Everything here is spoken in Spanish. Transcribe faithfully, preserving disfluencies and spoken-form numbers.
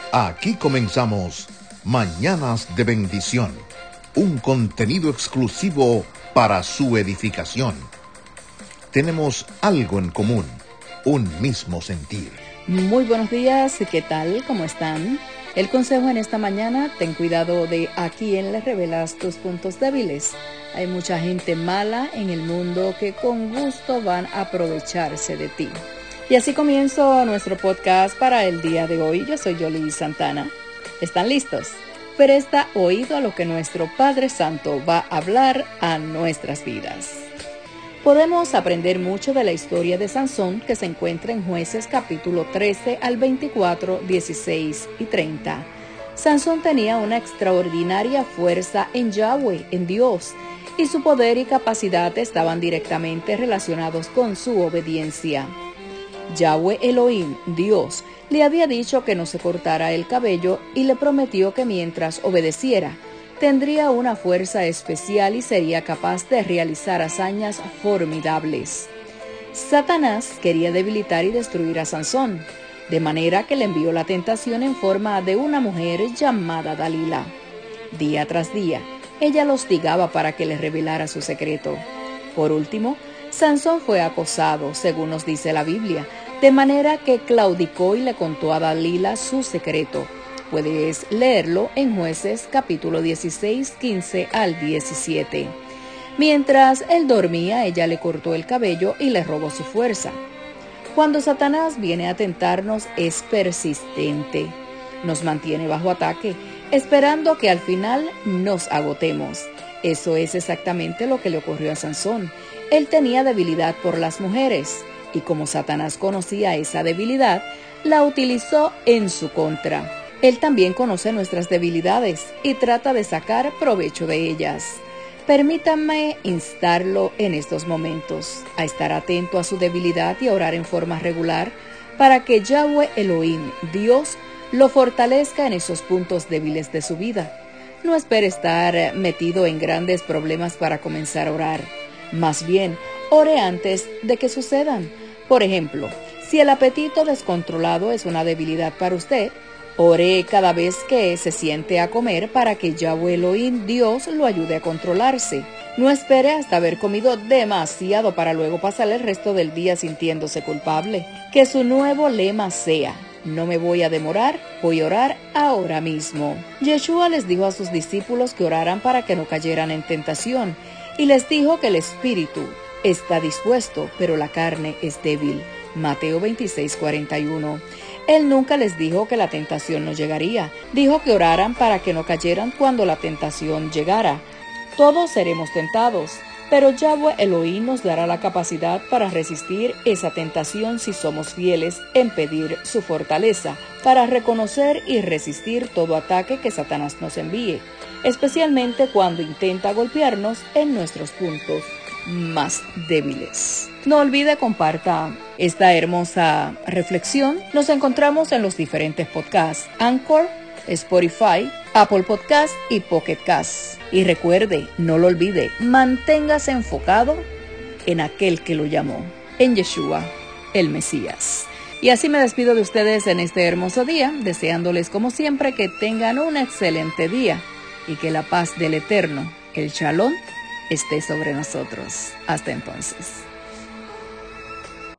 Aquí comenzamos Mañanas de Bendición, un contenido exclusivo para su edificación. Tenemos algo en común, un mismo sentir. Muy buenos días, ¿qué tal? ¿Cómo están? El consejo en esta mañana: ten cuidado de a quién le revelas tus puntos débiles. Hay mucha gente mala en el mundo que con gusto van a aprovecharse de ti. Y así comienzo nuestro podcast para el día de hoy. Yo soy Yoli Santana. ¿Están listos? Presta oído a lo que nuestro Padre Santo va a hablar a nuestras vidas. Podemos aprender mucho de la historia de Sansón, que se encuentra en Jueces capítulo trece al veinticuatro, dieciséis y treinta. Sansón tenía una extraordinaria fuerza en Yahweh, en Dios, y su poder y capacidad estaban directamente relacionados con su obediencia. Yahweh Elohim, Dios, le había dicho que no se cortara el cabello y le prometió que mientras obedeciera, tendría una fuerza especial y sería capaz de realizar hazañas formidables. Satanás quería debilitar y destruir a Sansón, de manera que le envió la tentación en forma de una mujer llamada Dalila. Día tras día, ella lo hostigaba para que le revelara su secreto. Por último, Sansón fue acosado, según nos dice la Biblia, de manera que claudicó y le contó a Dalila su secreto. Puedes leerlo en Jueces capítulo dieciséis, quince al diecisiete. Mientras él dormía, ella le cortó el cabello y le robó su fuerza. Cuando Satanás viene a tentarnos, es persistente. Nos mantiene bajo ataque, esperando que al final nos agotemos. Eso es exactamente lo que le ocurrió a Sansón. Él tenía debilidad por las mujeres, y como Satanás conocía esa debilidad, la utilizó en su contra. Él también conoce nuestras debilidades y trata de sacar provecho de ellas. Permítanme instarlo en estos momentos a estar atento a su debilidad y a orar en forma regular para que Yahweh Elohim, Dios, lo fortalezca en esos puntos débiles de su vida. No espere estar metido en grandes problemas para comenzar a orar. Más bien, ore antes de que sucedan. Por ejemplo, si el apetito descontrolado es una debilidad para usted, ore cada vez que se siente a comer para que Yahweh Elohim, Dios, lo ayude a controlarse. No espere hasta haber comido demasiado para luego pasar el resto del día sintiéndose culpable. Que su nuevo lema sea: no me voy a demorar, voy a orar ahora mismo. Yeshua les dijo a sus discípulos que oraran para que no cayeran en tentación, y les dijo que el espíritu está dispuesto, pero la carne es débil. Mateo veintiséis, cuarenta y uno. Él nunca les dijo que la tentación no llegaría. Dijo que oraran para que no cayeran cuando la tentación llegara. Todos seremos tentados, pero Yahweh Elohim nos dará la capacidad para resistir esa tentación si somos fieles en pedir su fortaleza, para reconocer y resistir todo ataque que Satanás nos envíe, especialmente cuando intenta golpearnos en nuestros puntos más débiles. No olvide, comparta esta hermosa reflexión. Nos encontramos en los diferentes podcasts: Anchor, Spotify, Apple Podcast y Pocket Cast. Y recuerde, no lo olvide, manténgase enfocado en aquel que lo llamó, en Yeshua, el Mesías. Y así me despido de ustedes en este hermoso día, deseándoles como siempre que tengan un excelente día y que la paz del Eterno, el Shalom, esté sobre nosotros. Hasta entonces.